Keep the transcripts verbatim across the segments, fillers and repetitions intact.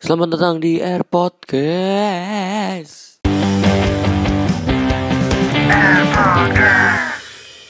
Selamat datang di Air Podcast. Air Podcast.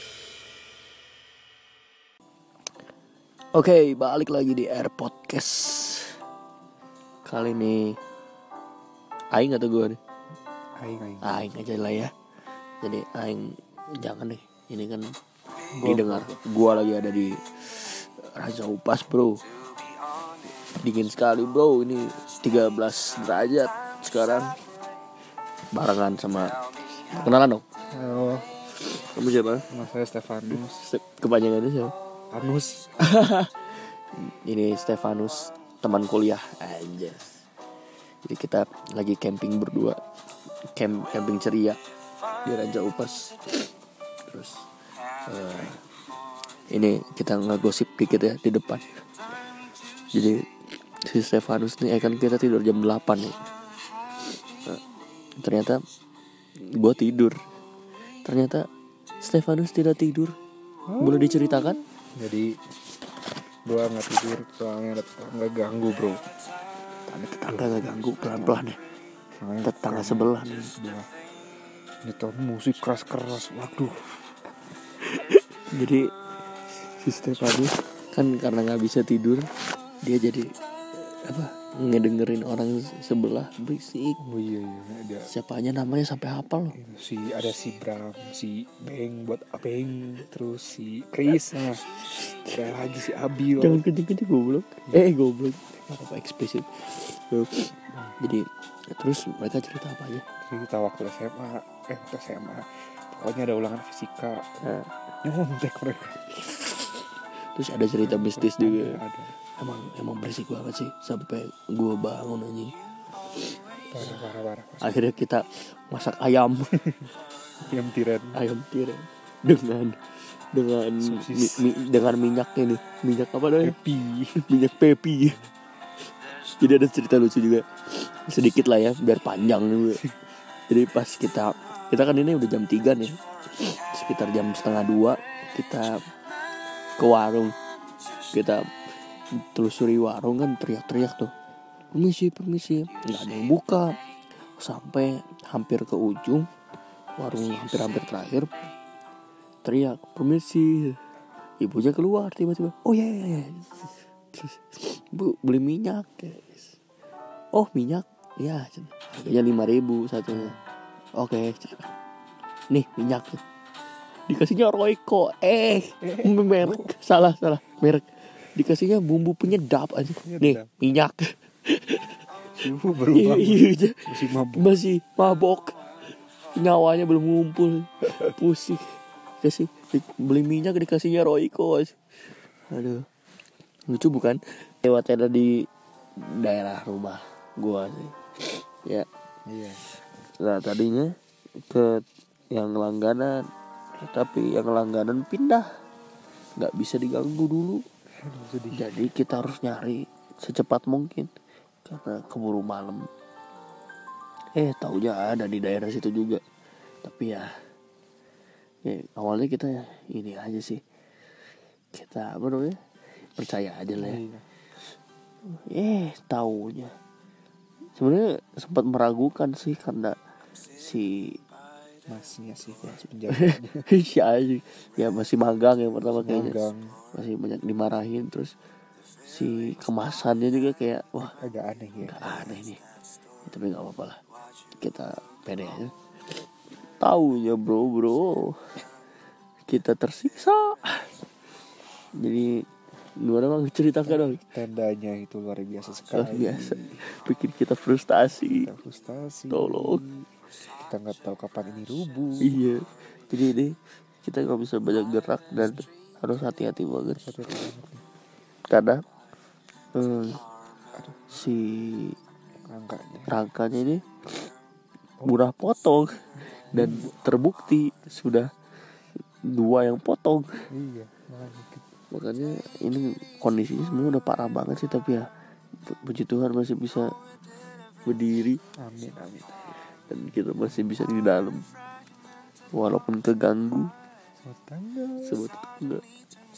Oke, balik lagi di Air Podcast. Kali ini Aing atau gue nih? Aing, Aing. Aing aja lah ya. Jadi Aing jangan nih. Ini kan Gua, didengar. Gue lagi ada di Raja Upas, bro. Dingin sekali, bro. Ini tiga belas derajat sekarang. Barengan sama, kenalan dong. Halo, Kamu siapa? nama saya Stefanus. Kepanjangannya siapa? Anus. Ini Stefanus, teman kuliah aja. Jadi kita lagi camping berdua. Camp camping ceria di Raja Upas. Terus uh, ini kita ngegosip dikit ya di depan. Jadi si Stefanus nih, eh kan kita tidur jam delapan nih. Nah, ternyata gue tidur. Ternyata Stefanus tidak tidur. Boleh diceritakan? Jadi gua nggak tidur soalnya ada tetangga ganggu, bro. Tetangga gak ganggu, pelan-pelan ya. Soalnya Tetangga sebelah nih. sebelah. Nyetel musik keras-keras. Waduh. Jadi si Stefanus kan karena nggak bisa tidur, dia jadi apa ngedengerin orang sebelah berisik. Oh iya iya ada. Siapanya namanya sampai hafal loh. Si ada si Bram, si Beng buat Abeng, terus si Chris, nah ada lagi si Abil. Jangan kenceng-kenceng goblok. Eh goblok. Apa eksplisit. Tuh. Jadi terus mereka cerita apa aja? Cerita waktu S M A, eh waktu S M A. Pokoknya ada ulangan fisika. Nah, Nyontek mereka. terus ada cerita mistis juga. Ada. Emang emang berisik banget sih sampai gue bangun anjing. Parah parah parah. Akhirnya kita masak ayam. Ayam tiren. Ayam tiren dengan dengan mi, mi, dengan minyak ini. Minyak apa namanya? Pepi. Minyak pepi. Jadi ada cerita lucu juga. Sedikit lah ya biar panjang juga. Jadi pas kita kita kan ini udah jam tiga nih. Sekitar jam setengah dua kita ke warung. Kita telusuri warung kan, teriak-teriak tuh. Permisi, permisi. Nggak ada yang buka. Sampai hampir ke ujung warung, hampir-hampir terakhir, teriak, permisi. Ibunya keluar tiba-tiba. Oh ya ya ya. Terus, Bu, beli minyak. Oh, minyak. Ya, harganya lima ribu satunya. Oke. Nih, minyak. Dikasihnya Royco. Eh, merek. Salah, salah. Merek. Dikasihnya bumbu penyedap aja. Nih, minyak. Ibu baru bangun. Iya, Masih mabuk. masih mabok. Nyawanya belum ngumpul. Pusing. Kasih beli minyak dikasihnya Royco aja. Aduh. Lucu bukan? Lewat ada di daerah rumah gua sih. Ya. Iya. Nah, tadinya ke yang langganan, tapi yang langganan pindah. Nggak bisa diganggu dulu. Jadi kita harus nyari secepat mungkin karena keburu malam. Eh taunya ada di daerah situ juga. Tapi ya, ya awalnya kita ini aja sih. Kita apa namanya? Percaya aja lah ya. Eh taunya sebenarnya sempat meragukan sih karena si Masnya sih si penjaganya. si aja ya masih magang yang pertama kayaknya. Magang. Masih banyak dimarahin. Terus si kemasannya juga kayak wah Agak aneh ya. agak aneh nih. Tapi gak apa-apa lah, kita pede aja. Taunya bro bro kita tersiksa. Jadi gimana bang, ceritakan dong. Tendanya itu luar biasa sekali. Luar biasa, bikin kita frustasi. Kita frustasi. Tolong. Kita nggak tahu kapan ini rubuh. Iya. Jadi ini kita nggak bisa banyak gerak dan harus hati-hati banget. Hati-hati banget nih. Karena hmm, Aduh, si rangkanya. rangkanya ini murah potong dan terbukti sudah dua yang potong. Iya. Makanya. Makanya ini kondisinya sebenarnya udah parah banget sih, tapi ya pu- puji Tuhan masih bisa berdiri Amin amin. dan kita masih bisa di dalam walaupun keganggu Tetangga. sebut tetangga.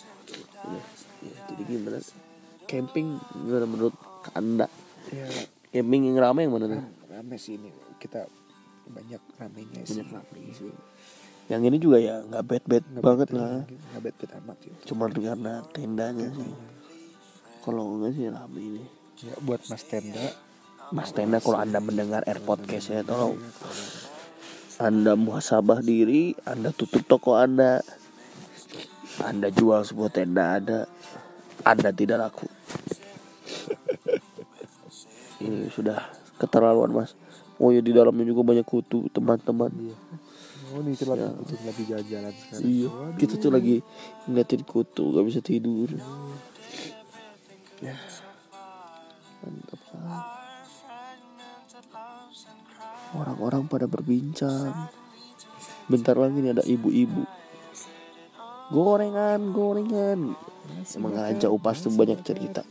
Ya, jadi gimana camping gimana menurut Anda? Ya Camping yang rame yang mana tuh? Rame sih ini. Kita banyak ramenya sih. Banyak rame sih. Yang ini juga ya nggak bad bad banget lah. Nggak bad bad amat ya. Cuma karena tendanya sih. Kalau enggak sih rame ini. Ya buat Mas Tenda. Mas Tenda kalau Anda mendengar Air Podcast ya tolong Anda muhasabah diri, Anda tutup toko Anda, Anda jual sebuah tenda Anda, Anda tidak laku. Ini sudah keterlaluan Mas. Oh ya di dalamnya juga banyak kutu teman-teman. Iya. Oh ini kita lagi, ya. lagi jalan-jalan sekarang. Iya. Waduh. Kita tuh lagi ngeliatin kutu, gak bisa tidur. Ya. Mantap kan. Orang-orang pada berbincang. Bentar lagi nih ada ibu-ibu. Gorengan, gorengan. Emang aja Upas tuh banyak cerita.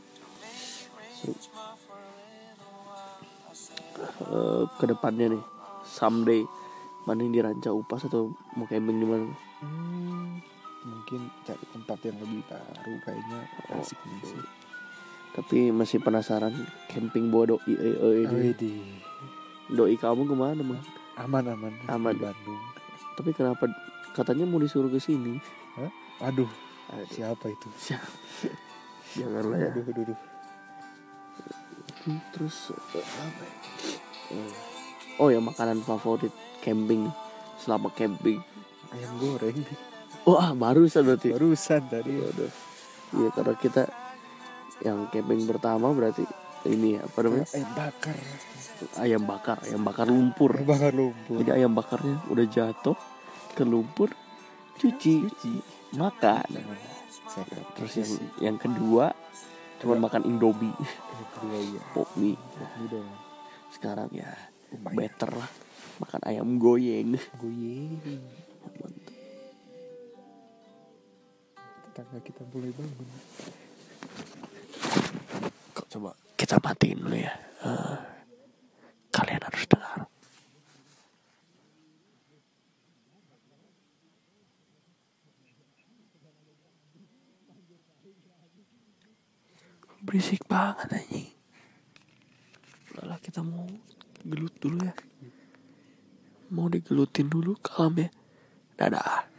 Uh, kedepannya nih, someday mana yang diranca Upas atau mau camping di mana? Hmm, mungkin cari tempat yang lebih baru kayaknya asik oh, nih sih. Tapi masih penasaran camping bawa doi eh, eh, ini. Doi kamu kemana bang? Aman aman. Aman di Bandung. Tapi kenapa katanya mau disuruh ke sini? Hah? Aduh, aduh, siapa itu? Janganlah ya. Aduh, aduh, aduh. Terus apa? Oh ya makanan favorit camping selama camping ayam goreng. Oh ah barusan berarti. Barusan tadi. Waduh. Iya karena kita yang camping pertama berarti ini apa namanya? Ayam bakar. Ayam bakar, ayam bakar lumpur. Ayam bakar lumpur. Jadi ayam bakarnya udah jatuh ke lumpur, cuci, cuci. makan. Terus yang yang kedua cuma makan Indomie. Yang kedua ya. Pop mie. Pop mie dong. Sekarang ya lumayan. Better lah makan ayam goyeng. Goyeng. Tetangga kita mulai bangun. Kok coba kita matiin dulu ya. Uh, kalian harus dengar. Berisik banget anjing. Udah kita mau gelut dulu ya. Mau digelutin dulu kalem ya. Dadah.